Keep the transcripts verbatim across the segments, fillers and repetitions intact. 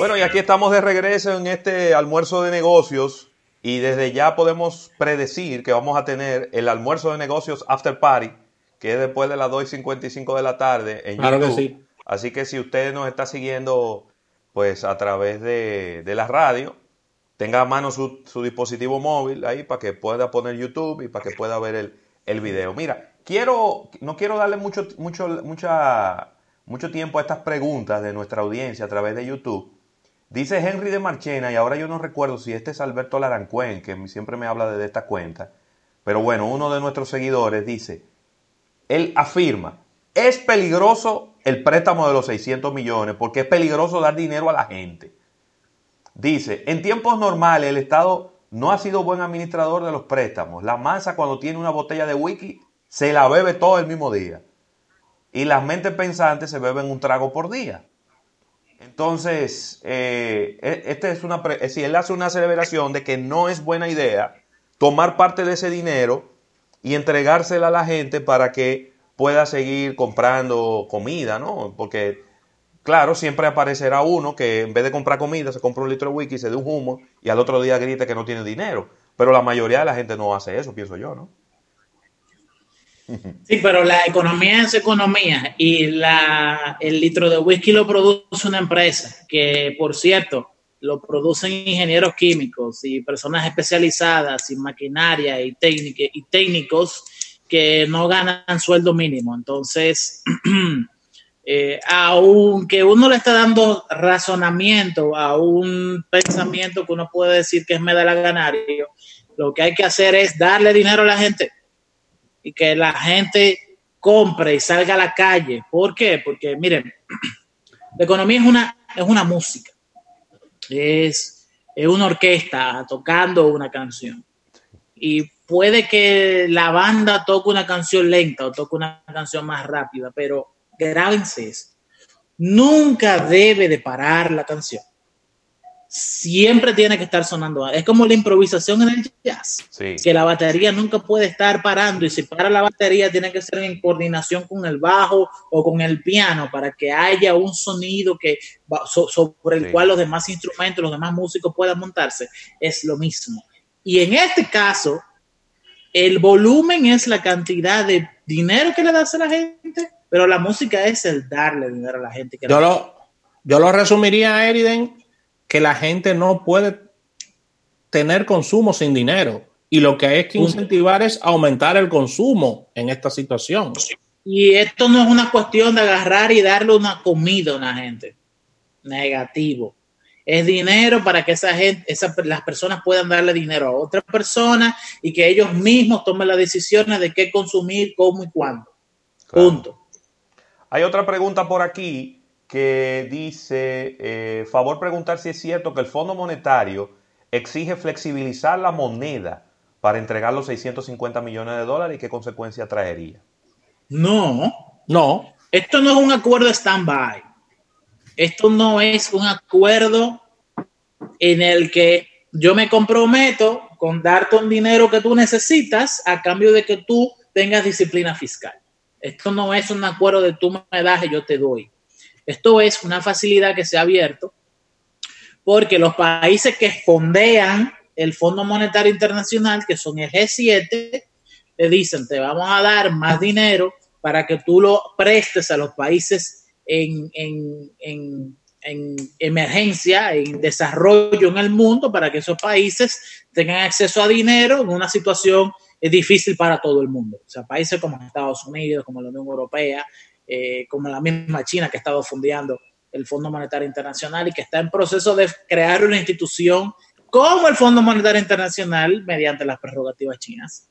Bueno, y aquí estamos de regreso en este almuerzo de negocios y desde ya podemos predecir que vamos a tener el almuerzo de negocios After Party, que es después de las dos y cincuenta y cinco de la tarde en Claro que YouTube. sí. Así que si usted nos está siguiendo pues a través de, de la radio, tenga a mano su, su dispositivo móvil ahí para que pueda poner YouTube y para que pueda ver el, el video. Mira, quiero, no quiero darle mucho, mucho, mucha, mucho tiempo a estas preguntas de nuestra audiencia a través de YouTube. Dice Henry de Marchena, y ahora yo no recuerdo si este es Alberto Larancuén, que siempre me habla de esta cuenta, pero bueno, uno de nuestros seguidores dice, él afirma, es peligroso el préstamo de los seiscientos millones porque es peligroso dar dinero a la gente. Dice, en tiempos normales el Estado no ha sido buen administrador de los préstamos. La masa cuando tiene una botella de whisky se la bebe todo el mismo día. Y las mentes pensantes se beben un trago por día. Entonces, eh, este es una, es decir, él hace una aseveración de que no es buena idea tomar parte de ese dinero y entregársela a la gente para que pueda seguir comprando comida, ¿no? Porque, claro, siempre aparecerá uno que en vez de comprar comida se compra un litro de whisky, se da un humo y al otro día grita que no tiene dinero. Pero la mayoría de la gente no hace eso, pienso yo, ¿no? Sí, pero la economía es economía y la, el litro de whisky lo produce una empresa que, por cierto, lo producen ingenieros químicos y personas especializadas y maquinaria y, técnica, y técnicos que no ganan sueldo mínimo. Entonces, eh, aunque uno le está dando razonamiento a un pensamiento que uno puede decir que es medalaganario, lo que hay que hacer es darle dinero a la gente y que la gente compre y salga a la calle. ¿Por qué? Porque, miren, la economía es una, es una música. Es, es una orquesta tocando una canción. Y puede que la banda toque una canción lenta o toque una canción más rápida, pero grábense eso. Nunca debe de parar la canción. Siempre tiene que estar sonando. Es como la improvisación en el jazz, sí. Que la batería nunca puede estar parando y si para la batería tiene que ser en coordinación con el bajo o con el piano para que haya un sonido que so, sobre el sí. cual los demás instrumentos, los demás músicos puedan montarse. Es lo mismo. Y en este caso, el volumen es la cantidad de dinero que le das a la gente, pero la música es el darle dinero a la gente. Que yo, la lo, yo lo resumiría, Eriden, que la gente no puede tener consumo sin dinero y lo que hay que incentivar es aumentar el consumo en esta situación. Y esto no es una cuestión de agarrar y darle una comida a una gente. Negativo. Es dinero para que esa gente, esa, las personas puedan darle dinero a otra persona y que ellos mismos tomen las decisiones de qué consumir, cómo y cuándo. Claro. Punto. Hay otra pregunta por aquí que dice, eh, favor preguntar si es cierto que el Fondo Monetario exige flexibilizar la moneda para entregar los seiscientos cincuenta millones de dólares y qué consecuencia traería. No, no. Esto no es un acuerdo stand-by. Esto no es un acuerdo en el que yo me comprometo con darte un dinero que tú necesitas a cambio de que tú tengas disciplina fiscal. Esto no es un acuerdo de tú me das y yo te doy. Esto es una facilidad que se ha abierto porque los países que fondean el Fondo Monetario Internacional, que son el G siete, le dicen, te vamos a dar más dinero para que tú lo prestes a los países en, en, en, en emergencia, en desarrollo en el mundo, para que esos países tengan acceso a dinero en una situación difícil para todo el mundo. O sea, países como Estados Unidos, como la Unión Europea, Eh, como la misma China que ha estado fondeando el Fondo Monetario Internacional y que está en proceso de crear una institución como el Fondo Monetario Internacional mediante las prerrogativas chinas.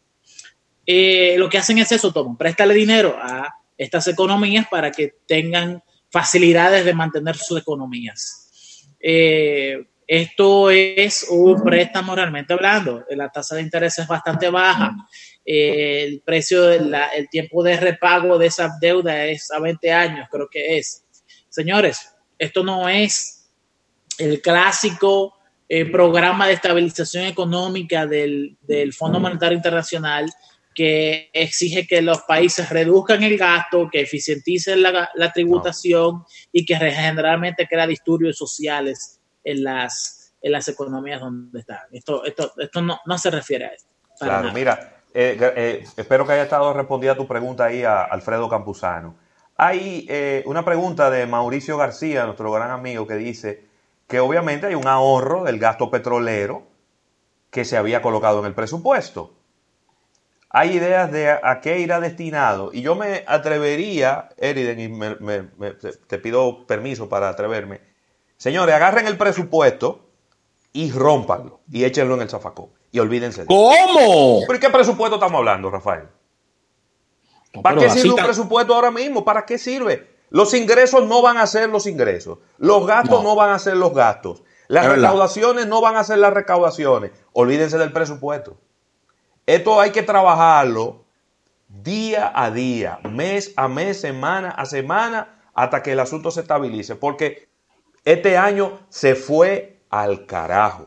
Eh, lo que hacen es eso, toman, préstale dinero a estas economías para que tengan facilidades de mantener sus economías. Eh, esto es un préstamo realmente hablando. La tasa de interés es bastante baja. Eh, el precio, de la, el tiempo de repago de esa deuda es a veinte años, creo que es. Señores, esto no es el clásico eh, programa de estabilización económica del, del Fondo Monetario Internacional que exige que los países reduzcan el gasto, que eficienticen la, la tributación y que generalmente crea disturbios sociales en las, en las economías donde están. Esto, esto, esto no, no se refiere a esto. Claro, nada. mira, eh, eh, espero que haya estado respondida tu pregunta ahí a Alfredo Campuzano. Hay eh, una pregunta de Mauricio García, nuestro gran amigo, que dice que obviamente hay un ahorro del gasto petrolero que se había colocado en el presupuesto. Hay ideas de a, a qué irá destinado. Y yo me atrevería, Eriden, y me, me, me, te pido permiso para atreverme. Señores, agarren el presupuesto y rómpanlo y échenlo en el zafacón. Y olvídense de ¿Cómo? ¿Pero qué presupuesto estamos hablando, Rafael? No, ¿Para qué sirve un tan... presupuesto ahora mismo? ¿Para qué sirve? Los ingresos no van a ser los ingresos. Los gastos no, no van a ser los gastos. Las es recaudaciones verdad. no van a ser las recaudaciones. Olvídense del presupuesto. Esto hay que trabajarlo día a día, mes a mes, semana a semana, hasta que el asunto se estabilice. Porque este año se fue al carajo.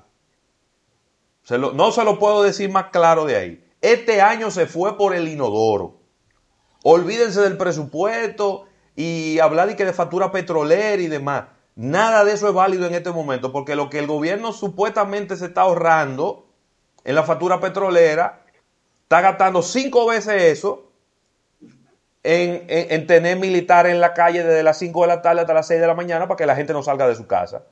Se lo, no se lo puedo decir más claro de ahí. Este año se fue por el inodoro. Olvídense del presupuesto y hablar de que de factura petrolera y demás. Nada de eso es válido en este momento, porque lo que el gobierno supuestamente se está ahorrando en la factura petrolera, está gastando cinco veces eso en, en, en tener militares en la calle desde las cinco de la tarde hasta las seis de la mañana para que la gente no salga de su casa.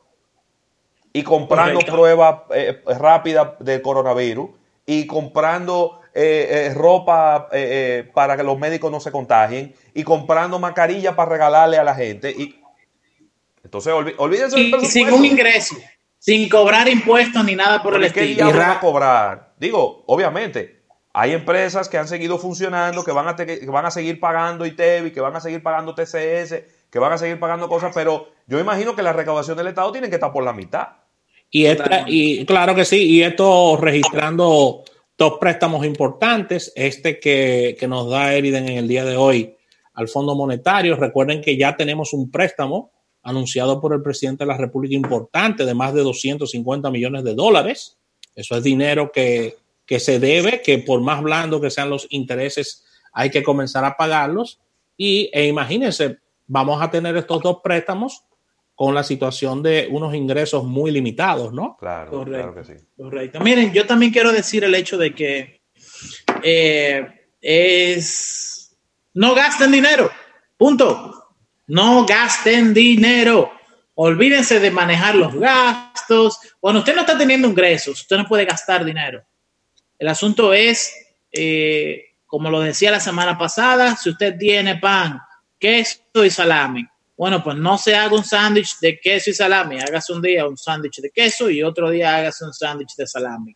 Y comprando Correcto. pruebas eh, rápidas del coronavirus y comprando eh, eh, ropa eh, eh, para que los médicos no se contagien y comprando mascarillas para regalarle a la gente. Y entonces olví, olvídense del presupuesto. Sin un ingreso, sin cobrar impuestos ni nada por el estilo. ¿Qué diablos va a cobrar? Digo, obviamente, hay empresas que han seguido funcionando, que van a, te, que van a seguir pagando I T E V I, que van a seguir pagando T C S, que van a seguir pagando cosas, pero yo imagino que la recaudación del Estado tiene que estar por la mitad. Y, esta, y claro que sí, y esto registrando dos préstamos importantes, este que, que nos da Eriden en el día de hoy al Fondo Monetario. Recuerden que ya tenemos un préstamo anunciado por el presidente de la República importante de más de doscientos cincuenta millones de dólares. Eso es dinero que, que se debe, que por más blando que sean los intereses hay que comenzar a pagarlos. Y e imagínense, vamos a tener estos dos préstamos con la situación de unos ingresos muy limitados, ¿no? Claro, correcto, claro que sí. Correcto. Miren, yo también quiero decir el hecho de que eh, es... no gasten dinero, punto. No gasten dinero. Olvídense de manejar los gastos. Bueno, usted no está teniendo ingresos, usted no puede gastar dinero. El asunto es, eh, como lo decía la semana pasada, si usted tiene pan, queso y salami, bueno, pues no se haga un sándwich de queso y salami, hágase un día un sándwich de queso y otro día hágase un sándwich de salami.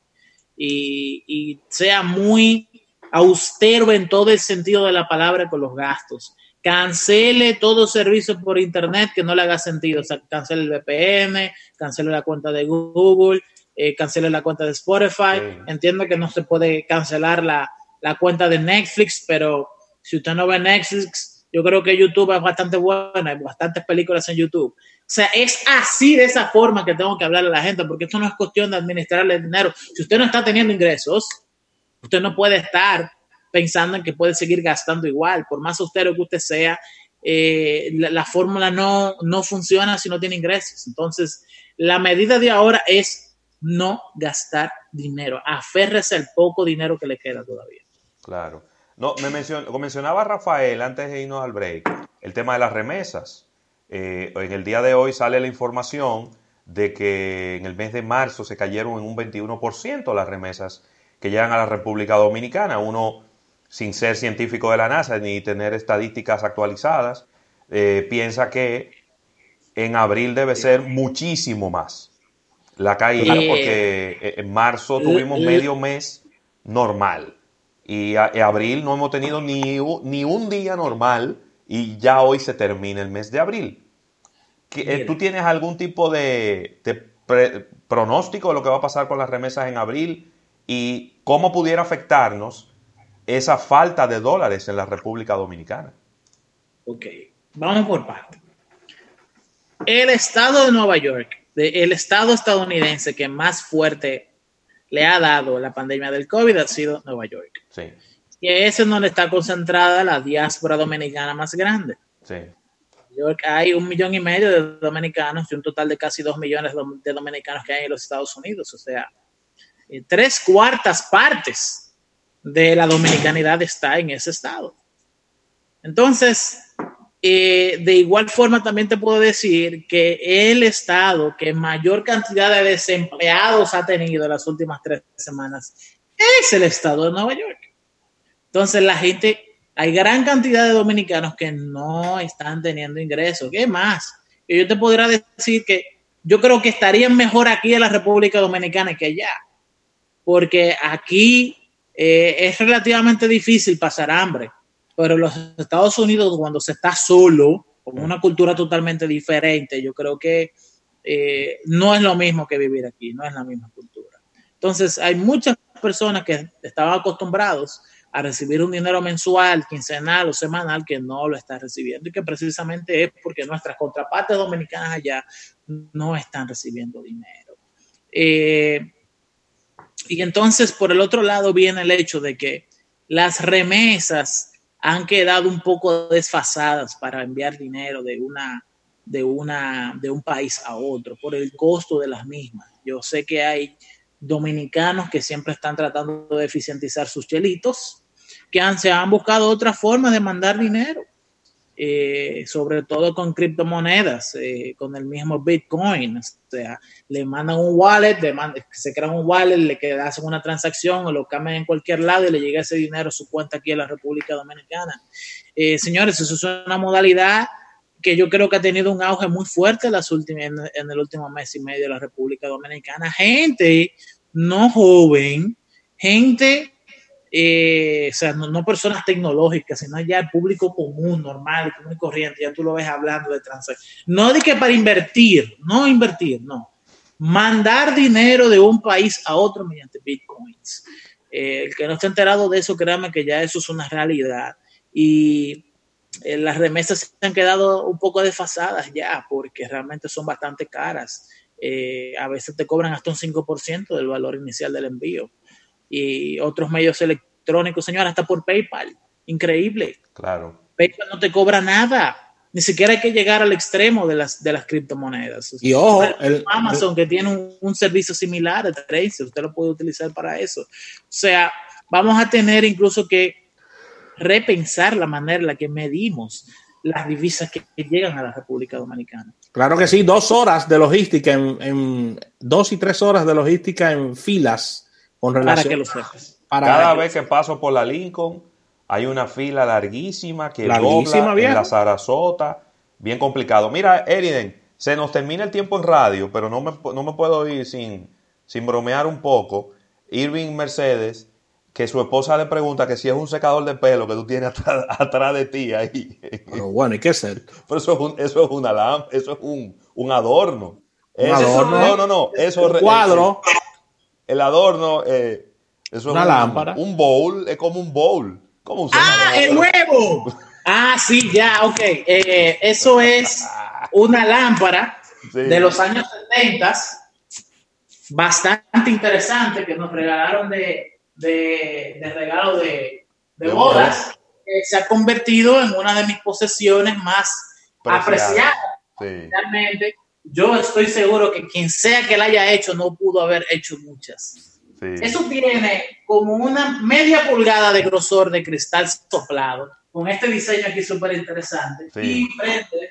Y, y sea muy austero en todo el sentido de la palabra con los gastos. Cancele todo servicio por internet que no le haga sentido. O sea, cancele el V P N, cancele la cuenta de Google, eh, cancele la cuenta de Spotify. Sí. Entiendo que no se puede cancelar la, la cuenta de Netflix, pero si usted no ve Netflix, yo creo que YouTube es bastante buena, hay bastantes películas en YouTube. O sea, es así, de esa forma que tengo que hablarle a la gente, porque esto no es cuestión de administrarle dinero. Si usted no está teniendo ingresos, usted no puede estar pensando en que puede seguir gastando igual. Por más austero que usted sea, eh, la, la fórmula no, no funciona si no tiene ingresos. Entonces, la medida de ahora es no gastar dinero. Aférrese al poco dinero que le queda todavía. Claro. No, me mencionó, mencionaba Rafael antes de irnos al break, el tema de las remesas. Eh, en el día de hoy sale la información de que en el mes de marzo se cayeron en un veintiuno por ciento las remesas que llegan a la República Dominicana. Uno, sin ser científico de la NASA ni tener estadísticas actualizadas, eh, piensa que en abril debe ser muchísimo más la caída, porque en marzo tuvimos medio mes normal. Y en abril no hemos tenido ni, ni un día normal y ya hoy se termina el mes de abril. ¿Qué, ¿Tú tienes algún tipo de, de pre, pronóstico de lo que va a pasar con las remesas en abril y cómo pudiera afectarnos esa falta de dólares en la República Dominicana? Ok, vamos por partes. El estado de Nueva York, el estado estadounidense que más fuerte le ha dado la pandemia del COVID ha sido Nueva York. Sí. Y ese es donde está concentrada la diáspora dominicana más grande. Sí. York hay un millón y medio de dominicanos y un total de casi dos millones de dominicanos que hay en los Estados Unidos. O sea, eh, tres cuartas partes de la dominicanidad está en ese estado. Entonces, eh, de igual forma también te puedo decir que el estado que mayor cantidad de desempleados ha tenido en las últimas tres semanas es el estado de Nueva York. Entonces, la gente... Hay gran cantidad de dominicanos que no están teniendo ingresos. ¿Qué más? Que yo te podría decir que yo creo que estarían mejor aquí en la República Dominicana que allá. Porque aquí eh, es relativamente difícil pasar hambre. Pero en los Estados Unidos, cuando se está solo, con una cultura totalmente diferente, yo creo que eh, no es lo mismo que vivir aquí. No es la misma cultura. Entonces, hay muchas personas que estaban acostumbrados a recibir un dinero mensual, quincenal o semanal que no lo está recibiendo y que precisamente es porque nuestras contrapartes dominicanas allá no están recibiendo dinero. Eh, y entonces, por el otro lado, viene el hecho de que las remesas han quedado un poco desfasadas para enviar dinero de, una, de, una, de un país a otro por el costo de las mismas. Yo sé que hay dominicanos que siempre están tratando de eficientizar sus chelitos, que han, se han buscado otras formas de mandar dinero, eh, sobre todo con criptomonedas, eh, con el mismo Bitcoin. O sea, le mandan un wallet, le mandan, se crea un wallet, le queda, hacen una transacción o lo cambian en cualquier lado y le llega ese dinero a su cuenta aquí en la República Dominicana. Eh, señores, eso es una modalidad que yo creo que ha tenido un auge muy fuerte en, las últimas, en, en el último mes y medio de la República Dominicana. Gente no joven, gente, eh, o sea, no, no personas tecnológicas, sino ya el público común, normal, común y corriente, ya tú lo ves hablando de transacciones. No de que para invertir, no invertir, no. Mandar dinero de un país a otro mediante bitcoins. Eh, el que no esté enterado de eso, créame que ya eso es una realidad. Y eh, las remesas se han quedado un poco desfasadas ya, porque realmente son bastante caras. Eh, a veces te cobran hasta un cinco por ciento del valor inicial del envío. Y otros medios electrónicos, señor, hasta por PayPal. Increíble. Claro. PayPal no te cobra nada. Ni siquiera hay que llegar al extremo de las, de las criptomonedas. Y ojo, el, Amazon, que tiene un, un servicio similar, el Tracer, usted lo puede utilizar para eso. O sea, vamos a tener incluso que repensar la manera en la que medimos las divisas que, que llegan a la República Dominicana. Claro que sí, dos horas de logística, en, en dos y tres horas de logística en filas con relación. Para que lo sepas. Para Cada vez que paso por la Lincoln, hay una fila larguísima que larguísima, dobla en la Sarasota, bien complicado. Mira, Eriden, se nos termina el tiempo en radio, pero no me, no me puedo ir sin, sin bromear un poco. Irving Mercedes, que su esposa le pregunta que si es un secador de pelo que tú tienes atrás, atrás de ti ahí. Pero bueno, ¿y qué es eso? Pero eso es, un, eso es una lámpara, eso es un, un adorno. ¿Un adorno? No, no, no. Eso un cuadro. El, el adorno, eh, eso una es un, lámpara. Un bowl, es como un bowl. ¿Cómo un ¡Ah, el huevo! Ah, sí, ya, ok. Eh, eso es una lámpara sí. de los años setenta, bastante interesante, que nos regalaron de, de, de regalo de, de, de bodas, que se ha convertido en una de mis posesiones más Preciada. apreciadas. Sí. Realmente, yo estoy seguro que quien sea que la haya hecho no pudo haber hecho muchas. Sí. Eso tiene como una media pulgada de grosor de cristal soplado, con este diseño aquí súper interesante. Sí. Y prende.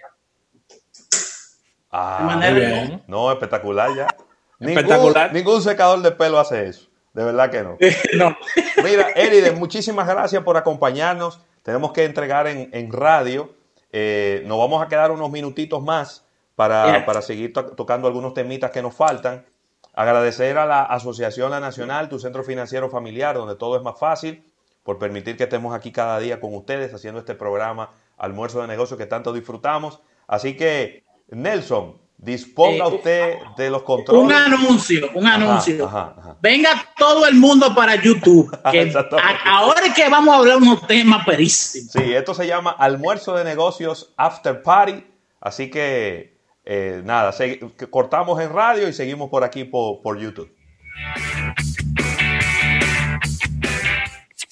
Ah, de manera bien. No, espectacular ya. Espectacular. Ningún, ningún secador de pelo hace eso. De verdad que no. no. Mira, Eriden, muchísimas gracias por acompañarnos. Tenemos que entregar en, en radio. Eh, nos vamos a quedar unos minutitos más para, yeah. para seguir to- tocando algunos temitas que nos faltan. Agradecer a la Asociación La Nacional, tu centro financiero familiar, donde todo es más fácil, por permitir que estemos aquí cada día con ustedes haciendo este programa Almuerzo de Negocios que tanto disfrutamos. Así que, Nelson, disponga eh, usted de los controles. Un anuncio, un ajá, anuncio. Ajá, ajá. Venga todo el mundo para YouTube. Que a, ahora es que vamos a hablar unos temas perísimos. Sí, esto se llama Almuerzo de Negocios After Party. Así que... Eh, nada, se, cortamos en radio y seguimos por aquí por, por YouTube.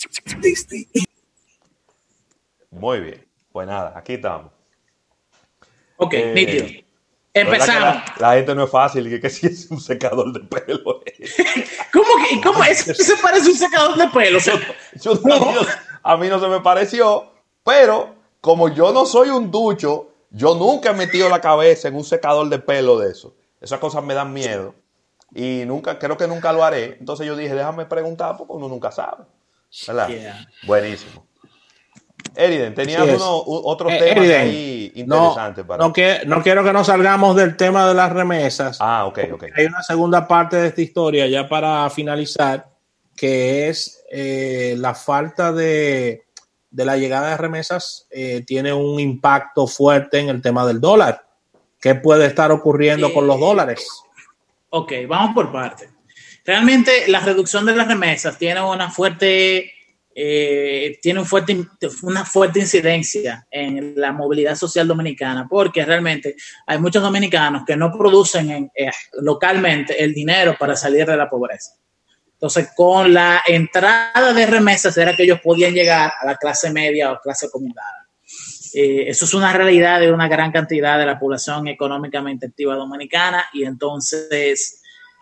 Muy bien, pues nada, aquí estamos. Ok, Eh, nítido. ¿verdad que Empezamos. La, la gente no es fácil, que, que si es un secador de pelo. ¿Cómo que cómo eso se parece a un secador de pelo? O sea, Yo- a, mí no, a mí no se me pareció, pero como yo no soy un ducho, yo nunca he metido la cabeza en un secador de pelo de eso. Esas cosas me dan miedo y nunca, creo que nunca lo haré. Entonces yo dije, déjame preguntar porque uno nunca sabe. ¿Verdad? Yeah. Buenísimo. Eriden, tenías Así es. uno, u- otros Eh, temas Eriden, ahí no, interesantes para. no, que, no quiero que nos salgamos del tema de las remesas. Ah, ok, ok. Hay una segunda parte de esta historia ya para finalizar, que es eh, la falta de, de la llegada de remesas eh, tiene un impacto fuerte en el tema del dólar. ¿Qué puede estar ocurriendo Eh, con los dólares? Ok, vamos por partes. Realmente la reducción de las remesas tiene una fuerte, eh, tiene un fuerte, una fuerte incidencia en la movilidad social dominicana, porque realmente hay muchos dominicanos que no producen en, eh, localmente el dinero para salir de la pobreza. Entonces, con la entrada de remesas era que ellos podían llegar a la clase media o clase acomodada. Eh, eso es una realidad de una gran cantidad de la población económicamente activa dominicana y entonces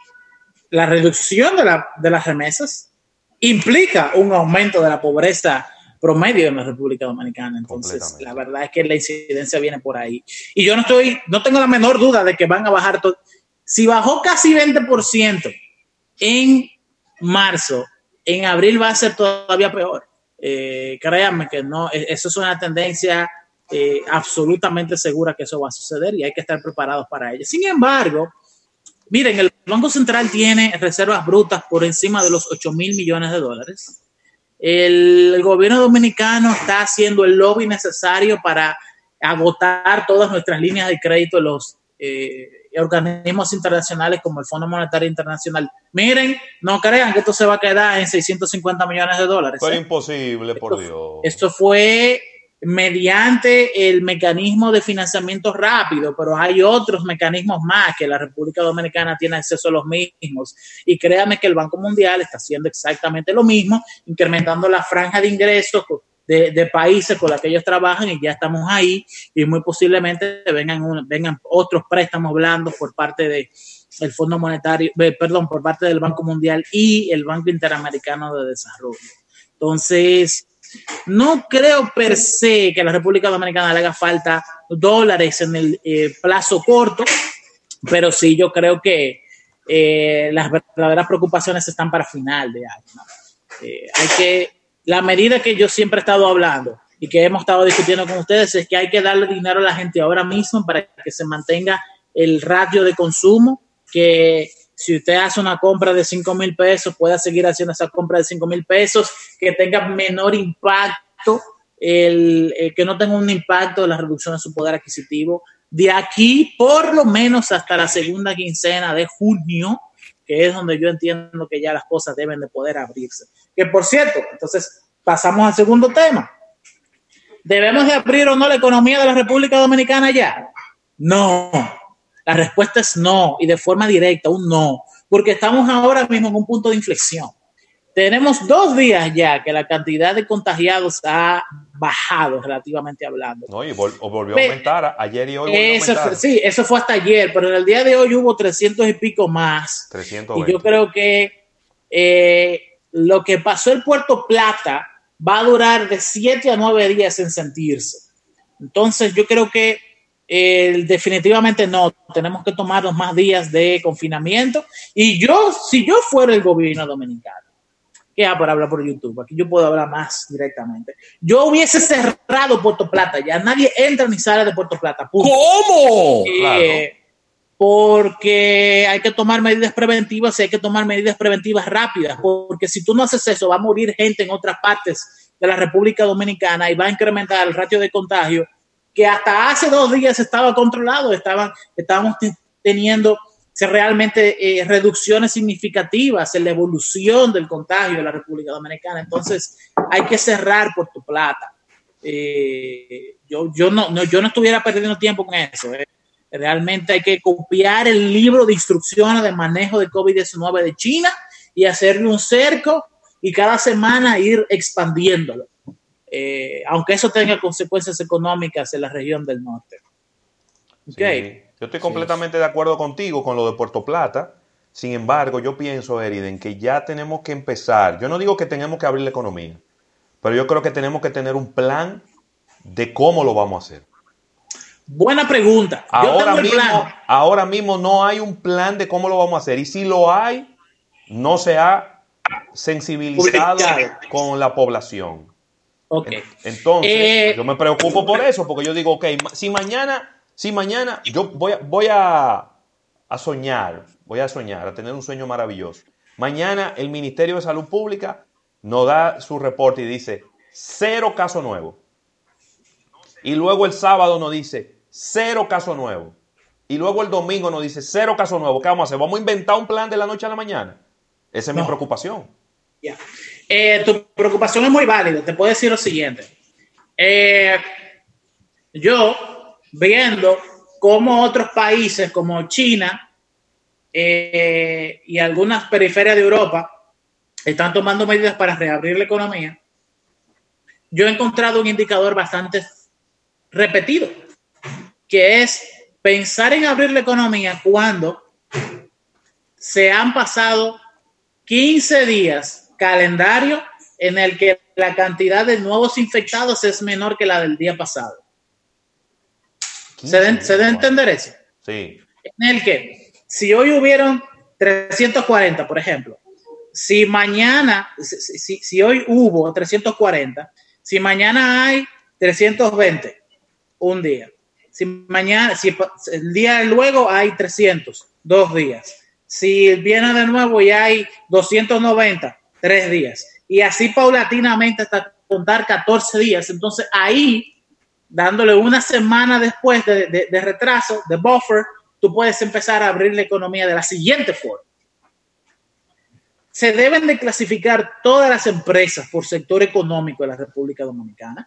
la reducción de, la, de las remesas implica un aumento de la pobreza promedio en la República Dominicana. Entonces, la verdad es que la incidencia viene por ahí. Y yo no estoy, no tengo la menor duda de que van a bajar. To- si bajó casi veinte por ciento en marzo, en abril va a ser todavía peor. Eh, créanme que no, eso es una tendencia eh, absolutamente segura que eso va a suceder y hay que estar preparados para ello. Sin embargo, miren, el Banco Central tiene reservas brutas por encima de los ocho mil millones de dólares. El, el gobierno dominicano está haciendo el lobby necesario para agotar todas nuestras líneas de crédito en los eh, organismos internacionales como el Fondo Monetario Internacional. Miren, no crean que esto se va a quedar en seiscientos cincuenta millones de dólares. Pero ¿eh? imposible, por esto, Dios. Esto fue mediante el mecanismo de financiamiento rápido, pero hay otros mecanismos más que la República Dominicana tiene acceso a los mismos. Y créanme que el Banco Mundial está haciendo exactamente lo mismo, incrementando la franja de ingresos de, de países con los que ellos trabajan y ya estamos ahí y muy posiblemente vengan, un, vengan otros préstamos blandos por parte de el Fondo Monetario, eh, perdón, por parte del Banco Mundial y el Banco Interamericano de Desarrollo. Entonces, no creo per se que a la República Dominicana le haga falta dólares en el eh, plazo corto, pero sí yo creo que eh, las verdaderas preocupaciones están para final de año, ¿no? Eh, hay que, la medida que yo siempre he estado hablando y que hemos estado discutiendo con ustedes es que hay que darle dinero a la gente ahora mismo para que se mantenga el ratio de consumo, que si usted hace una compra de cinco mil pesos, pueda seguir haciendo esa compra de cinco mil pesos, que tenga menor impacto, el, el que no tenga un impacto de la reducción de su poder adquisitivo. De aquí, por lo menos hasta la segunda quincena de junio, que es donde yo entiendo que ya las cosas deben de poder abrirse. Que por cierto, entonces pasamos al segundo tema. ¿Debemos de abrir o no la economía de la República Dominicana ya? No. La respuesta es no, y de forma directa, un no, porque estamos ahora mismo en un punto de inflexión. Tenemos dos días ya que la cantidad de contagiados ha bajado, relativamente hablando. No, y vol- volvió a aumentar, ayer y hoy volvió eso, a aumentar. Sí, eso fue hasta ayer, pero en el día de hoy hubo trescientos y pico más. trescientos veinte. Y yo creo que eh, lo que pasó en Puerto Plata va a durar de siete a nueve días en sentirse. Entonces yo creo que Eh, definitivamente no, tenemos que tomarnos más días de confinamiento y yo, si yo fuera el gobierno dominicano, que ya por hablar por YouTube, aquí yo puedo hablar más directamente, yo hubiese cerrado Puerto Plata, ya nadie entra ni sale de Puerto Plata. Punto. ¿Cómo? Eh, Claro. Porque hay que tomar medidas preventivas y hay que tomar medidas preventivas rápidas, porque si tú no haces eso va a morir gente en otras partes de la República Dominicana y va a incrementar el ratio de contagio que hasta hace dos días estaba controlado, estaban, estábamos t- teniendo realmente eh, reducciones significativas en la evolución del contagio de la República Dominicana. Entonces, hay que cerrar Puerto Plata. Eh, yo, yo, no, no, yo no estuviera perdiendo tiempo con eso. Eh. Realmente hay que copiar el libro de instrucciones de manejo de COVID diecinueve de China y hacerle un cerco y cada semana ir expandiéndolo. Eh, aunque eso tenga consecuencias económicas en la región del norte. Okay. Sí. Yo estoy completamente sí. de acuerdo contigo con lo de Puerto Plata. Sin embargo, yo pienso, Eriden, que ya tenemos que empezar. Yo no digo que tenemos que abrir la economía, pero yo creo que tenemos que tener un plan de cómo lo vamos a hacer. Buena pregunta. Yo ahora, tengo el mismo, plan. ahora mismo no hay un plan de cómo lo vamos a hacer. Y si lo hay, no se ha sensibilizado Publicado. con la población. Okay. Entonces, eh, yo me preocupo por eso, porque yo digo, ok, si mañana, si mañana, yo voy a, voy a, a soñar, voy a soñar, a tener un sueño maravilloso. Mañana el Ministerio de Salud Pública nos da su reporte y dice, cero casos nuevos. Y luego el sábado nos dice, cero casos nuevos. Y luego el domingo nos dice, cero casos nuevos. ¿Qué vamos a hacer? ¿Vamos a inventar un plan de la noche a la mañana? Esa es no. mi preocupación. Yeah. Eh, tu preocupación es muy válida. Te puedo decir lo siguiente. Eh, yo, viendo cómo otros países como China eh, y algunas periferias de Europa están tomando medidas para reabrir la economía, yo he encontrado un indicador bastante repetido, que es pensar en abrir la economía cuando se han pasado quince días calendario en el que la cantidad de nuevos infectados es menor que la del día pasado. ¿Se debe de entender eso? Sí. En el que, si hoy hubieron trescientos cuarenta, por ejemplo, si mañana, si, si, si hoy hubo trescientos cuarenta, si mañana hay trescientos veinte, un día. Si mañana, si el día luego hay trescientos, dos días. Si viene de nuevo y hay doscientos noventa, tres días. Y así paulatinamente hasta contar catorce días. Entonces ahí, dándole una semana después de, de, de retraso, de buffer, tú puedes empezar a abrir la economía de la siguiente forma. Se deben de clasificar todas las empresas por sector económico de la República Dominicana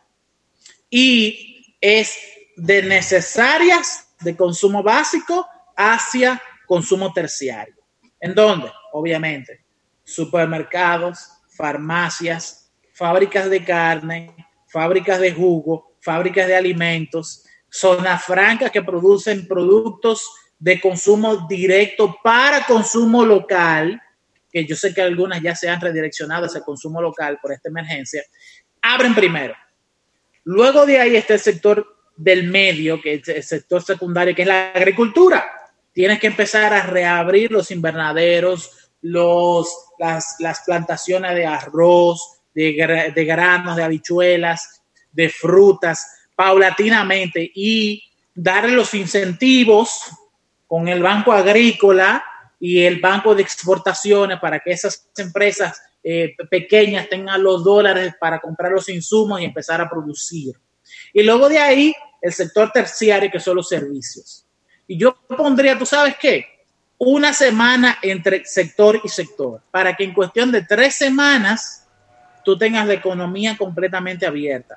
y es de necesarias de consumo básico hacia consumo terciario. ¿En dónde? Obviamente, supermercados, farmacias, fábricas de carne, fábricas de jugo, fábricas de alimentos, zonas francas que producen productos de consumo directo para consumo local, que yo sé que algunas ya se han redireccionado hacia el consumo local por esta emergencia, abren primero. Luego de ahí está el sector del medio, que es el sector secundario, que es la agricultura. Tienes que empezar a reabrir los invernaderos, los, las, las plantaciones de arroz, de, de granos, de habichuelas, de frutas, paulatinamente, y darle los incentivos con el Banco Agrícola y el Banco de Exportaciones para que esas empresas eh, pequeñas tengan los dólares para comprar los insumos y empezar a producir. Y luego de ahí, el sector terciario, que son los servicios. Y yo pondría, ¿tú sabes qué? Una semana entre sector y sector, para que en cuestión de tres semanas tú tengas la economía completamente abierta.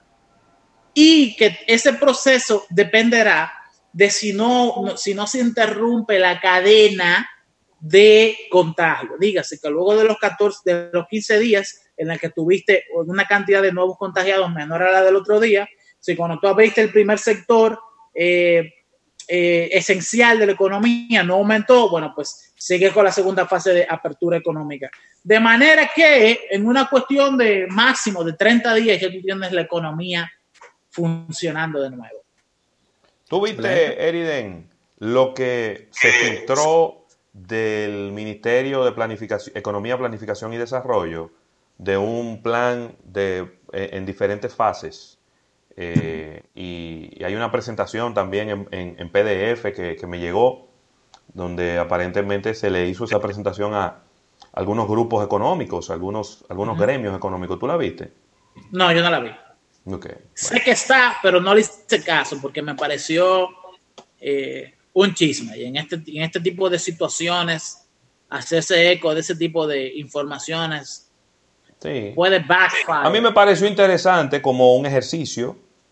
Y que ese proceso dependerá de si no, si no se interrumpe la cadena de contagio. Dígase que luego de los catorce, de los quince días en el que tuviste una cantidad de nuevos contagiados menor a la del otro día, si cuando tú abriste el primer sector eh, eh, esencial de la economía no aumentó, bueno, pues sigue con la segunda fase de apertura económica. De manera que en una cuestión de máximo de treinta días ya tú tienes la economía funcionando de nuevo. ¿Tú viste, Eriden, lo que se filtró del Ministerio de Planificación, Economía, Planificación y Desarrollo, de un plan de, eh, en diferentes fases? Eh, y, y hay una presentación también en, en, en P D F que, que me llegó, donde aparentemente se le hizo esa presentación a algunos grupos económicos, algunos, algunos uh-huh. gremios económicos. ¿Tú la viste? No, yo no la vi. Okay, sé bueno. que está, pero no le hice caso porque me pareció eh, un chisme. Y en este, en este tipo de situaciones, hacerse eco de ese tipo de informaciones sí. puede backfire. A mí me pareció interesante como un ejercicio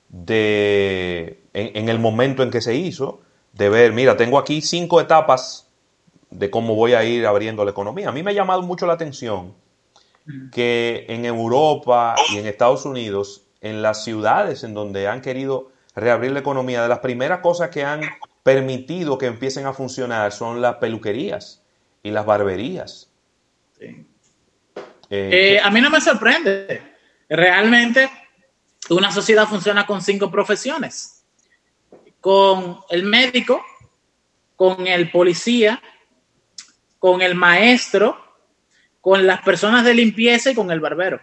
de en, en el momento en que se hizo, de ver, mira, tengo aquí cinco etapas de cómo voy a ir abriendo la economía. A mí me ha llamado mucho la atención mm. que en Europa y en Estados Unidos, en las ciudades en donde han querido reabrir la economía, de las primeras cosas que han permitido que empiecen a funcionar son las peluquerías y las barberías. Sí. Eh, eh, a mí no me sorprende. Realmente una sociedad funciona con cinco profesiones. Con el médico, con el policía, con el maestro, con las personas de limpieza y con el barbero.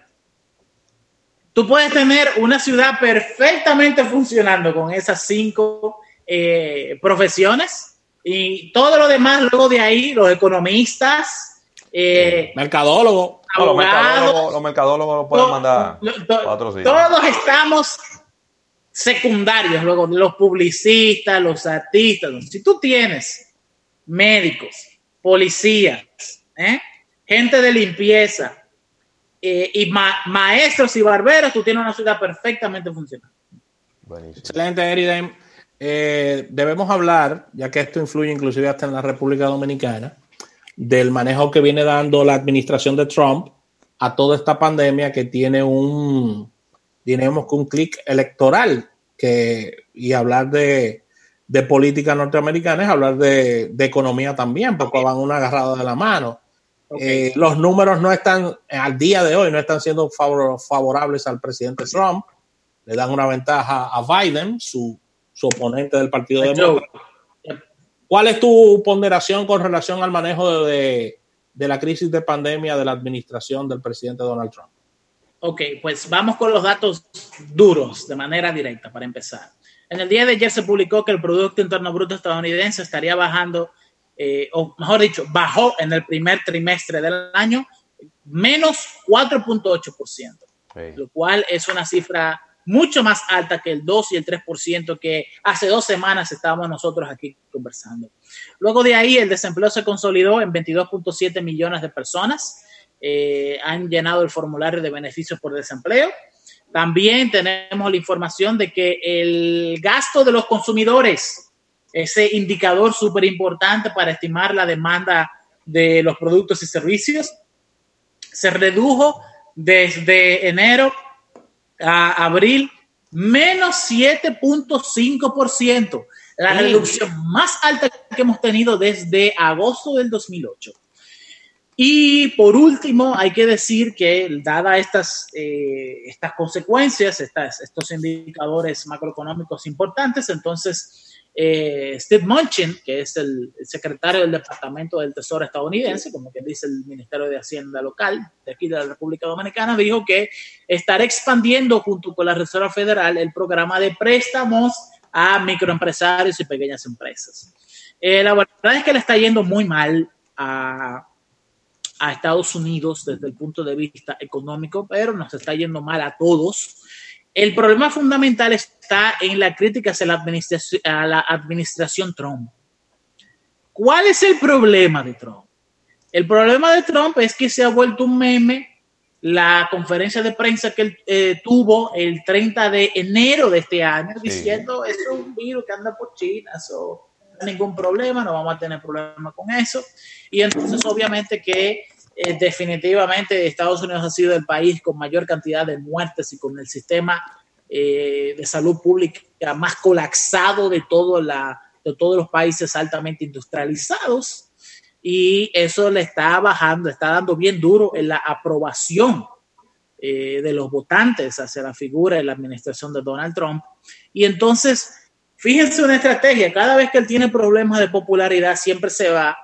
Tú puedes tener una ciudad perfectamente funcionando con esas cinco eh, profesiones y todo lo demás, luego de ahí, los economistas, eh, mercadólogos, no, los mercadólogos, los mercadólogos lo pueden mandar lo, lo, a otros días. Todos estamos secundarios, luego los publicistas, los artistas. Si tú tienes médicos, policías, ¿eh? gente de limpieza, Eh, y ma- maestros y barberos, tú tienes una ciudad perfectamente funcional. Buenísimo. Excelente, Eriden. Eh, debemos hablar, ya que esto influye inclusive hasta en la República Dominicana, del manejo que viene dando la administración de Trump a toda esta pandemia, que tiene un, digamos que un clic electoral, que, y hablar de, de política norteamericana es hablar de, de economía también, porque okay. van una agarrada de la mano. Okay. Eh, los números no están, al día de hoy, no están siendo favor, favorables al presidente Trump. Le dan una ventaja a Biden, su, su oponente del Partido Demócrata. ¿Cuál es tu ponderación con relación al manejo de, de la crisis de pandemia de la administración del presidente Donald Trump? Ok, pues vamos con los datos duros, de manera directa, para empezar. En el día de ayer se publicó que el Producto Interno Bruto estadounidense estaría bajando, Eh, o mejor dicho, bajó en el primer trimestre del año menos cuatro punto ocho por ciento, sí. Lo cual es una cifra mucho más alta que el dos y el tres por ciento que hace dos semanas estábamos nosotros aquí conversando. Luego de ahí el desempleo se consolidó en veintidós punto siete millones de personas, eh, han llenado el formulario de beneficios por desempleo. También tenemos la información de que el gasto de los consumidores, ese indicador súper importante para estimar la demanda de los productos y servicios, se redujo desde enero a abril menos siete punto cinco por ciento, la reducción más alta que hemos tenido desde agosto del dos mil ocho. Y por último, hay que decir que dadas estas, eh, estas consecuencias, estas, estos indicadores macroeconómicos importantes, entonces Eh, Steve Mnuchin, que es el, el secretario del Departamento del Tesoro estadounidense, como que dice el Ministerio de Hacienda local de aquí de la República Dominicana, dijo que estará expandiendo junto con la Reserva Federal el programa de préstamos a microempresarios y pequeñas empresas. Eh, la verdad es que le está yendo muy mal a, a Estados Unidos desde el punto de vista económico, pero nos está yendo mal a todos. El problema fundamental está en la crítica hacia la administración, a la administración Trump. ¿Cuál es el problema de Trump? El problema de Trump es que se ha vuelto un meme la conferencia de prensa que él eh, tuvo el treinta de enero de este año, sí, diciendo eso es un virus que anda por China, eso no hay ningún problema, no vamos a tener problema con eso. Y entonces obviamente que Eh, definitivamente Estados Unidos ha sido el país con mayor cantidad de muertes y con el sistema eh, de salud pública más colapsado de, todo la, de todos los países altamente industrializados, y eso le está bajando, está dando bien duro en la aprobación eh, de los votantes hacia la figura de la administración de Donald Trump. Y entonces, fíjense una estrategia, cada vez que él tiene problemas de popularidad siempre se va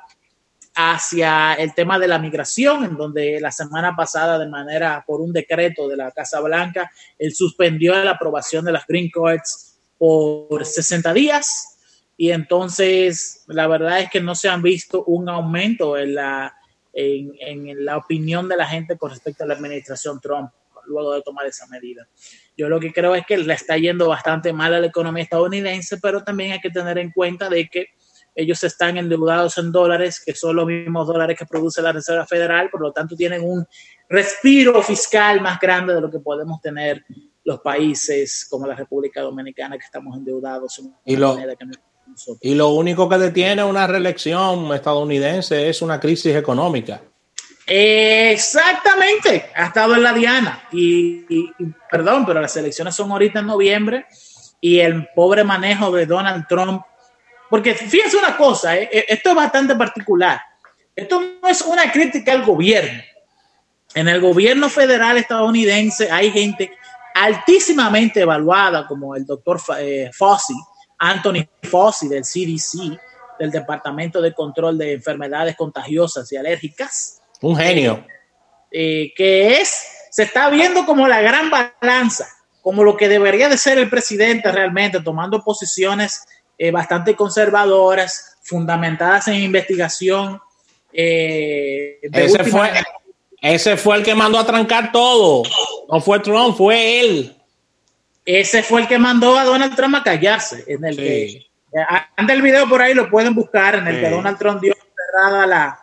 hacia el tema de la migración, en donde la semana pasada, de manera por un decreto de la Casa Blanca, él suspendió la aprobación de las green cards por sesenta días, y entonces la verdad es que no se han visto un aumento en la, en, en la opinión de la gente con respecto a la administración Trump luego de tomar esa medida. Yo lo que creo es que le está yendo bastante mal a la economía estadounidense, pero también hay que tener en cuenta de que ellos están endeudados en dólares, que son los mismos dólares que produce la Reserva Federal, por lo tanto tienen un respiro fiscal más grande de lo que podemos tener los países como la República Dominicana, que estamos endeudados. En y, lo, que nosotros. y lo único que detiene una reelección estadounidense es una crisis económica. Exactamente, ha estado en la diana. Y, y, y perdón, pero las elecciones son ahorita en noviembre, y el pobre manejo de Donald Trump porque fíjense una cosa, eh, esto es bastante particular. Esto no es una crítica al gobierno. En el gobierno federal estadounidense hay gente altísimamente evaluada, como el doctor eh, Fauci, Anthony Fauci del C D C, del Departamento de Control de Enfermedades Contagiosas y Alérgicas. Un genio. Eh, eh, que es, se está viendo como la gran balanza, como lo que debería de ser el presidente realmente, tomando posiciones eh, bastante conservadoras, fundamentadas en investigación. Eh, ese, fue, ese fue el que mandó a trancar todo. No fue Trump, fue él. Ese fue el que mandó a Donald Trump a callarse. En el sí. que anda el video por ahí, lo pueden buscar, en el sí. que Donald Trump dio cerrada la,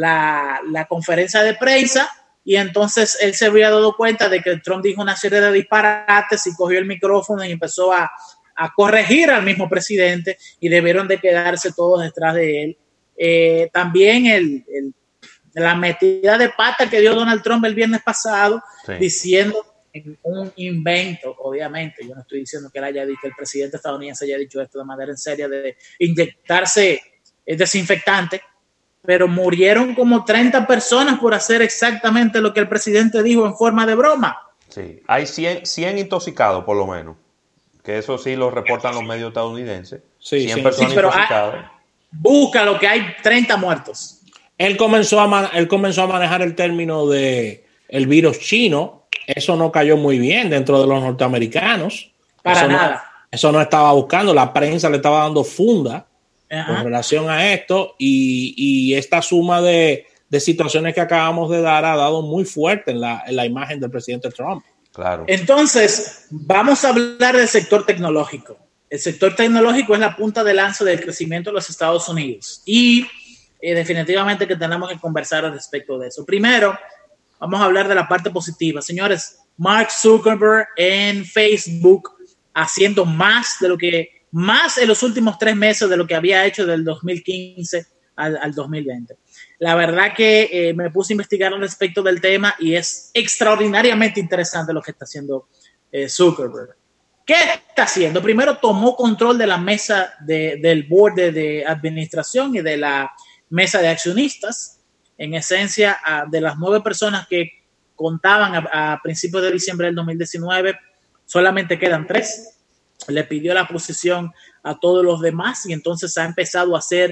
la, la conferencia de prensa, y entonces él se había dado cuenta de que Trump dijo una serie de disparates y cogió el micrófono y empezó a, a corregir al mismo presidente, y debieron de quedarse todos detrás de él. Eh, también el, el, la metida de pata que dio Donald Trump el viernes pasado, sí. diciendo un invento, obviamente, yo no estoy diciendo que él haya dicho, que el presidente estadounidense haya dicho esto de manera en serio, de inyectarse desinfectante, pero murieron como treinta personas por hacer exactamente lo que el presidente dijo en forma de broma. Sí, hay cien, cien intoxicados por lo menos, que eso sí lo reportan los medios estadounidenses. Sí, cien sí, personas sí, pero intoxicadas. Hay, busca lo que hay treinta muertos. Él comenzó, a man, él comenzó a manejar el término de el virus chino. Eso no cayó muy bien dentro de los norteamericanos. Para eso nada. No, eso no estaba buscando. La prensa le estaba dando funda Ajá. con relación a esto. Y, y esta suma de, de situaciones que acabamos de dar ha dado muy fuerte en la, en la imagen del presidente Trump. Claro. Entonces, vamos a hablar del sector tecnológico. El sector tecnológico es la punta de lanza del crecimiento de los Estados Unidos. Y eh, definitivamente que tenemos que conversar al respecto de eso. Primero, vamos a hablar de la parte positiva. Señores, Mark Zuckerberg en Facebook haciendo más de lo que, más en los últimos tres meses de lo que había hecho del dos mil quince al, al dos mil veinte. La verdad que eh, me puse a investigar al respecto del tema y es extraordinariamente interesante lo que está haciendo eh, Zuckerberg. ¿Qué está haciendo? Primero tomó control de la mesa de, del board de, de administración y de la mesa de accionistas. En esencia, de las nueve personas que contaban a, a principios de diciembre del dos mil diecinueve, solamente quedan tres. Le pidió la posición a todos los demás y entonces ha empezado a hacer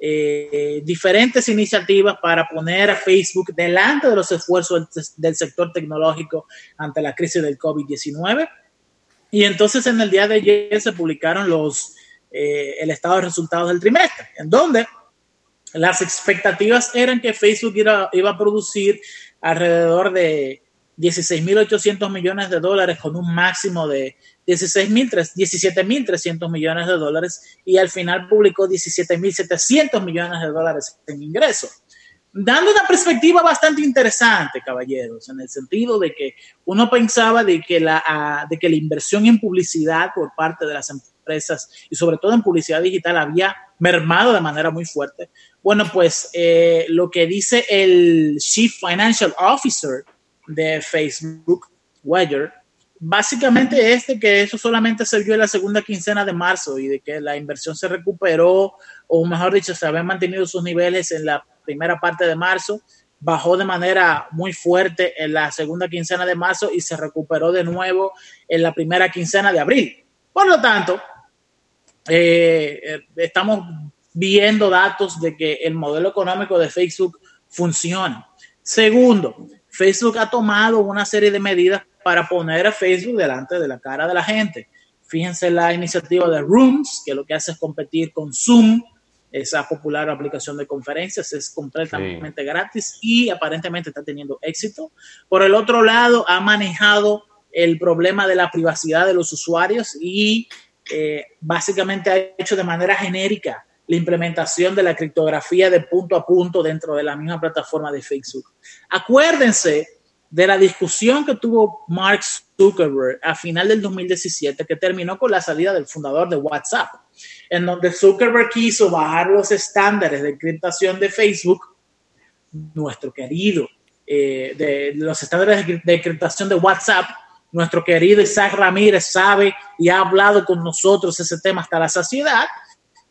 eh, diferentes iniciativas para poner a Facebook delante de los esfuerzos del, del sector tecnológico ante la crisis del COVID diecinueve. Y entonces en el día de ayer se publicaron los, eh, el estado de resultados del trimestre, en donde las expectativas eran que Facebook iba, iba a producir alrededor de dieciséis mil ochocientos millones de dólares con un máximo de diecisiete mil trescientos millones de dólares y al final publicó diecisiete mil setecientos millones de dólares en ingresos. Dando una perspectiva bastante interesante, caballeros, en el sentido de que uno pensaba de que la, de que la inversión en publicidad por parte de las empresas y sobre todo en publicidad digital había mermado de manera muy fuerte. Bueno, pues eh, lo que dice el Chief Financial Officer de Facebook, Weyer, básicamente es de que eso solamente se vio en la segunda quincena de marzo y de que la inversión se recuperó, o mejor dicho, se habían mantenido sus niveles en la primera parte de marzo, bajó de manera muy fuerte en la segunda quincena de marzo y se recuperó de nuevo en la primera quincena de abril. Por lo tanto, eh, estamos viendo datos de que el modelo económico de Facebook funciona. Segundo, Facebook ha tomado una serie de medidas para poner a Facebook delante de la cara de la gente. Fíjense la iniciativa de Rooms, que lo que hace es competir con Zoom, esa popular aplicación de conferencias, es completamente sí. gratis y aparentemente está teniendo éxito. Por el otro lado, ha manejado el problema de la privacidad de los usuarios y eh, básicamente ha hecho de manera genérica la implementación de la criptografía de punto a punto dentro de la misma plataforma de Facebook. Acuérdense de la discusión que tuvo Mark Zuckerberg a final del dos mil diecisiete, que terminó con la salida del fundador de WhatsApp, en donde Zuckerberg quiso bajar los estándares de encriptación de Facebook, nuestro querido, eh, de los estándares de encriptación de WhatsApp. Nuestro querido Isaac Ramírez sabe y ha hablado con nosotros ese tema hasta la saciedad,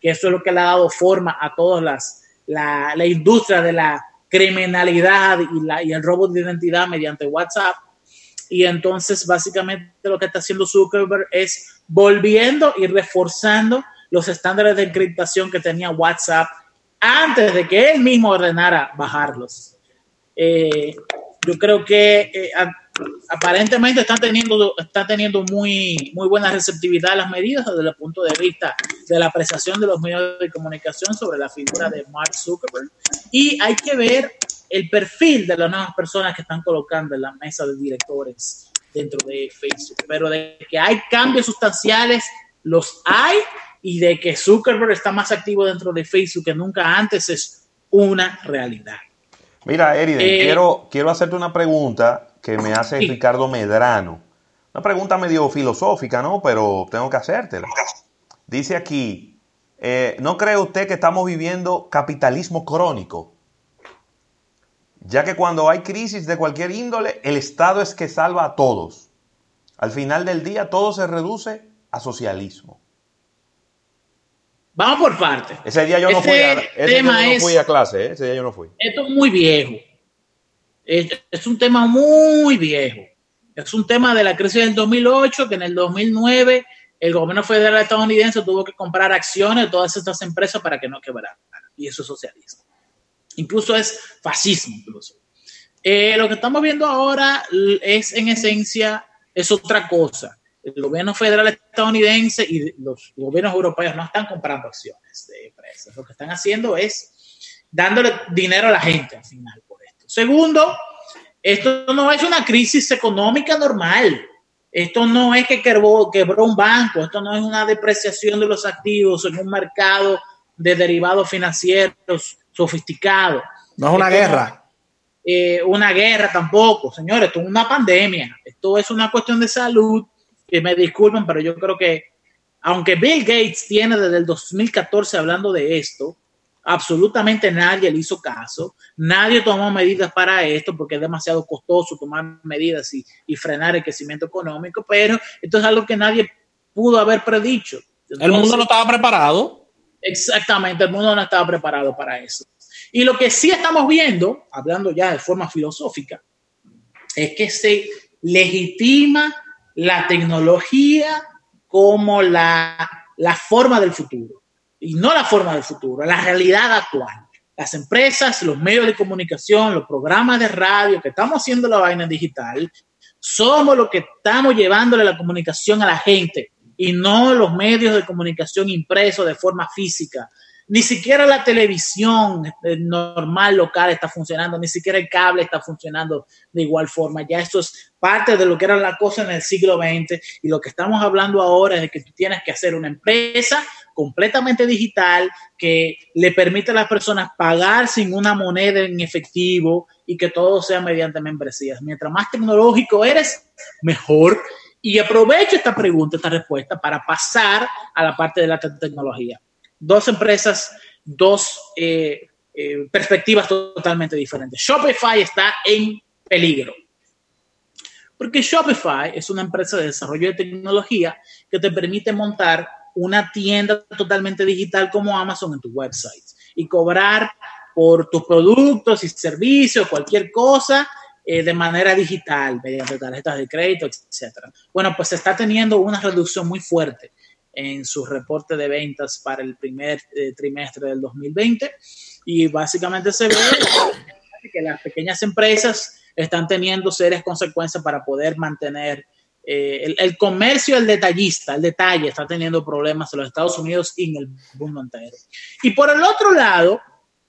que eso es lo que le ha dado forma a toda las, la, la industria de la criminalidad y, la, y el robo de identidad mediante WhatsApp. Y entonces básicamente lo que está haciendo Zuckerberg es volviendo y reforzando los estándares de encriptación que tenía WhatsApp antes de que él mismo ordenara bajarlos. Eh, yo creo que eh, a, aparentemente están teniendo, están teniendo muy, muy buena receptividad a las medidas desde el punto de vista de la apreciación de los medios de comunicación sobre la figura de Mark Zuckerberg. Y hay que ver el perfil de las nuevas personas que están colocando en la mesa de directores dentro de Facebook. Pero de que hay cambios sustanciales, los hay, y de que Zuckerberg está más activo dentro de Facebook que nunca antes es una realidad. Mira, Eriden, Eh, quiero, quiero hacerte una pregunta que me hace sí. Ricardo Medrano. Una pregunta medio filosófica, ¿no? Pero tengo que hacértela. Dice aquí, eh, ¿no cree usted que estamos viviendo capitalismo crónico? Ya que cuando hay crisis de cualquier índole, el Estado es que salva a todos. Al final del día, todo se reduce a socialismo. Vamos por partes. Ese día yo no Este fui a, ese día yo tema no es- fui a clase, ¿eh? Ese día yo no fui. Esto es muy viejo. Es, es un tema muy viejo. Es un tema de la crisis del dos mil ocho, que en el dos mil nueve el gobierno federal estadounidense tuvo que comprar acciones de todas estas empresas para que no quebraran. Y eso es socialismo. Incluso es fascismo. Incluso. Eh, lo que estamos viendo ahora es, en esencia, es otra cosa. El gobierno federal estadounidense y los gobiernos europeos no están comprando acciones de empresas. Lo que están haciendo es dándole dinero a la gente al final por esto. Segundo, esto no es una crisis económica normal. Esto no es que quebró, quebró un banco. Esto no es una depreciación de los activos en un mercado de derivados financieros sofisticados. No es una Esto guerra. no- eh, una guerra tampoco, señores, esto es una pandemia, esto es una cuestión de salud, que me disculpen, pero yo creo que aunque Bill Gates tiene desde el dos mil catorce hablando de esto, absolutamente nadie le hizo caso, nadie tomó medidas para esto porque es demasiado costoso tomar medidas y, y frenar el crecimiento económico, pero esto es algo que nadie pudo haber predicho. El Entonces, mundo no estaba preparado. exactamente, el mundo no estaba preparado para eso. Y lo que sí estamos viendo, hablando ya de forma filosófica, es que se legitima la tecnología como la, la forma del futuro. Y no la forma del futuro, la realidad actual. Las empresas, los medios de comunicación, los programas de radio, que estamos haciendo la vaina digital, somos los que estamos llevándole la comunicación a la gente y no los medios de comunicación impresos de forma física. Ni siquiera la televisión normal local está funcionando, ni siquiera el cable está funcionando de igual forma. Ya esto es parte de lo que era la cosa en el siglo veinte, y lo que estamos hablando ahora es de que tú tienes que hacer una empresa completamente digital que le permite a las personas pagar sin una moneda en efectivo y que todo sea mediante membresías. Mientras más tecnológico eres, mejor. Y aprovecho esta pregunta, esta respuesta, para pasar a la parte de la te- tecnología. Dos empresas, dos eh, eh, perspectivas totalmente diferentes. Shopify está en peligro. Porque Shopify es una empresa de desarrollo de tecnología que te permite montar una tienda totalmente digital como Amazon en tu website y cobrar por tus productos y servicios, cualquier cosa, eh, de manera digital, mediante tarjetas de crédito, etcétera. Bueno, pues está teniendo una reducción muy fuerte en su reporte de ventas para el primer eh, trimestre del dos mil veinte, y básicamente se ve que las pequeñas empresas están teniendo serias consecuencias para poder mantener eh, el, el comercio, el detallista, el detalle está teniendo problemas en los Estados Unidos y en el mundo entero. Y por el otro lado,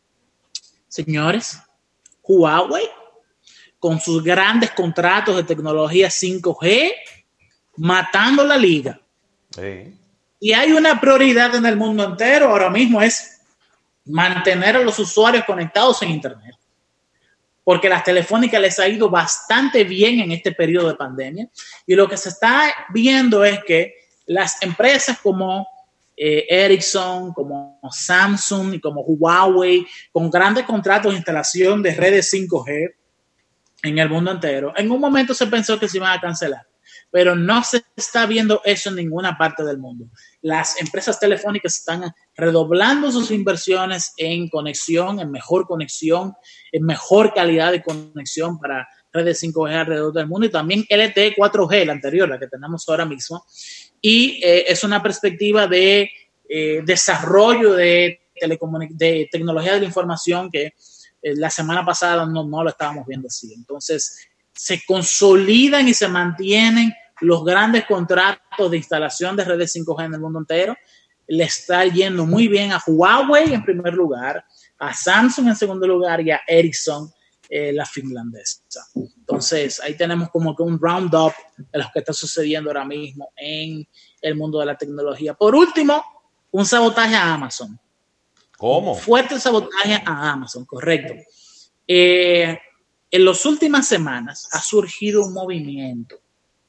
señores, Huawei, con sus grandes contratos de tecnología cinco G, matando la liga. Sí. Y hay una prioridad en el mundo entero ahora mismo, es mantener a los usuarios conectados en Internet. Porque las telefónicas les ha ido bastante bien en este periodo de pandemia. Y lo que se está viendo es que las empresas como eh, Ericsson, como Samsung y como Huawei, con grandes contratos de instalación de redes cinco G en el mundo entero, en un momento se pensó que se iban a cancelar. pero no se está viendo eso en ninguna parte del mundo. Las empresas telefónicas están redoblando sus inversiones en conexión, en mejor conexión, en mejor calidad de conexión para redes cinco G alrededor del mundo, y también L T E cuatro G, la anterior, la que tenemos ahora mismo, y eh, es una perspectiva de eh, desarrollo de, de tecnología de la información que eh, la semana pasada no, no lo estábamos viendo así. Entonces, se consolidan y se mantienen los grandes contratos de instalación de redes cinco G en el mundo entero. Le está yendo muy bien a Huawei en primer lugar, a Samsung en segundo lugar y a Ericsson, eh, la finlandesa. Entonces, ahí tenemos como que un roundup de lo que está sucediendo ahora mismo en el mundo de la tecnología. Por último, un sabotaje a Amazon. ¿Cómo? Un fuerte sabotaje a Amazon, correcto. Eh, en las últimas semanas ha surgido un movimiento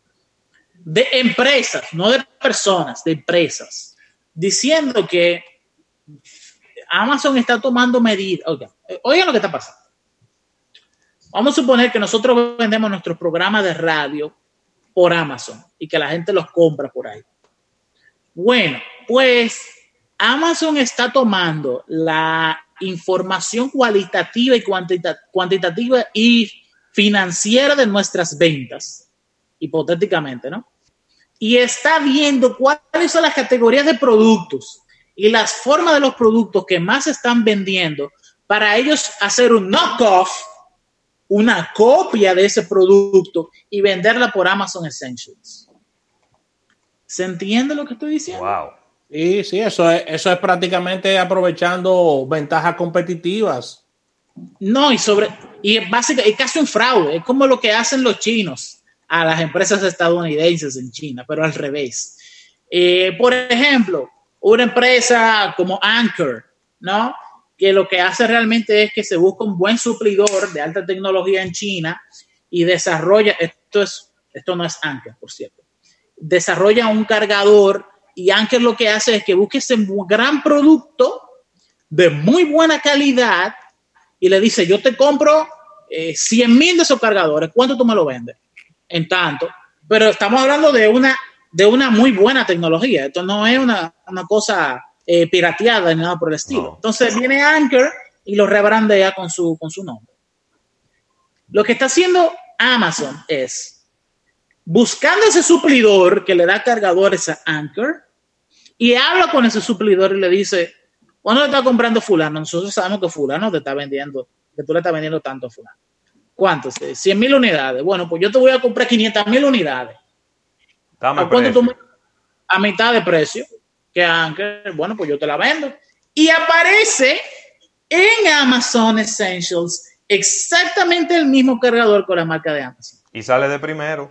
de empresas, no de personas, de empresas, diciendo que Amazon está tomando medidas. Oigan, oigan lo que está pasando. Vamos a suponer que nosotros vendemos nuestros programas de radio por Amazon y que la gente los compra por ahí. Bueno, pues Amazon está tomando la información cualitativa y cuantita- cuantitativa y financiera de nuestras ventas, hipotéticamente, ¿no? Y está viendo cuáles son las categorías de productos y las formas de los productos que más están vendiendo para ellos hacer un knockoff, una copia de ese producto y venderla por Amazon Essentials. ¿Se entiende lo que estoy diciendo? Wow. Sí, sí, eso es, eso es prácticamente aprovechando ventajas competitivas. No, y sobre, y es básicamente, es casi un fraude, es como lo que hacen los chinos a las empresas estadounidenses en China, pero al revés. Eh, por ejemplo, una empresa como Anker, ¿no? Que lo que hace realmente es que se busca un buen suplidor de alta tecnología en China y desarrolla, esto, es, esto no es Anker, por cierto, desarrolla un cargador y Anker lo que hace es que busque ese gran producto de muy buena calidad y le dice, yo te compro eh, cien mil de esos cargadores, ¿cuánto tú me lo vendes? En tanto, pero estamos hablando de una, de una muy buena tecnología, esto no es una, una cosa eh, pirateada ni nada por el estilo. No. Entonces viene Anker y lo rebrandea con su, con su nombre. Lo que está haciendo Amazon es buscando ese suplidor que le da cargadores a Anker y habla con ese suplidor y le dice, ¿cuándo le está comprando fulano? Nosotros sabemos que fulano te está vendiendo, que tú le estás vendiendo tanto a fulano. ¿Cuántos? cien mil unidades. Bueno, pues yo te voy a comprar quinientas mil unidades. Dame ¿A cuánto tú me... A mitad de precio. Que Anker, bueno, pues yo te la vendo. Y aparece en Amazon Essentials exactamente el mismo cargador con la marca de Amazon. Y sale de primero.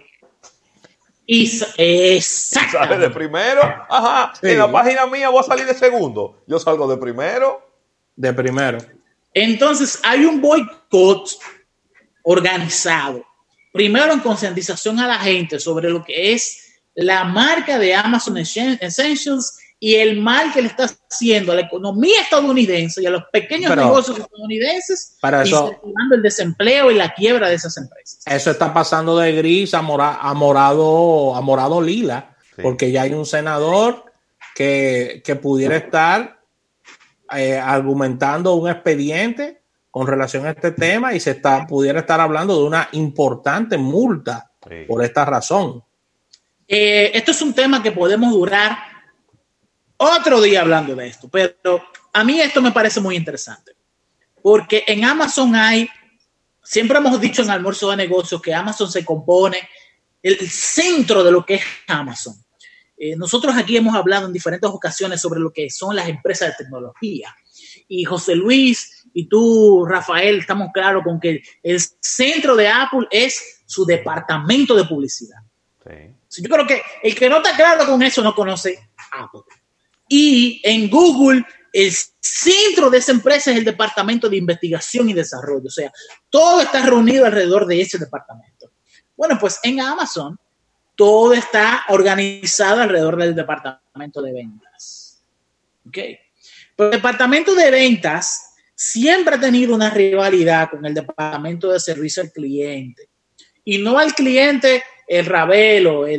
Y exacto. Sale de primero. Ajá. Sí. En la página mía voy a salir de segundo. Yo salgo de primero. De primero. Entonces hay un boicot organizado. Primero en concientización a la gente sobre lo que es la marca de Amazon Essentials y el mal que le está haciendo a la economía estadounidense y a los pequeños Pero, negocios estadounidenses, para eso, incentivando el desempleo y la quiebra de esas empresas. Eso está pasando de gris a, mora, a morado a morado lila, sí. Porque ya hay un senador que, que pudiera estar eh, argumentando un expediente con relación a este tema y se está pudiera estar hablando de una importante multa sí. Por esta razón. Eh, esto es un tema que podemos durar otro día hablando de esto, pero a mí esto me parece muy interesante, porque en Amazon hay, siempre hemos dicho en Almuerzo de Negocios que Amazon se compone, el centro de lo que es Amazon. Eh, nosotros aquí hemos hablado en diferentes ocasiones sobre lo que son las empresas de tecnología, y José Luis y tú, Rafael, estamos claros con que el centro de Apple es su departamento de publicidad. Sí. Yo creo que el que no está claro con eso no conoce Apple. Y en Google, el centro de esa empresa es el departamento de investigación y desarrollo. O sea, todo está reunido alrededor de ese departamento. Bueno, pues en Amazon, todo está organizado alrededor del departamento de ventas. ¿Ok? Pero el departamento de ventas siempre ha tenido una rivalidad con el departamento de servicio al cliente. Y no al cliente el Ravelo, el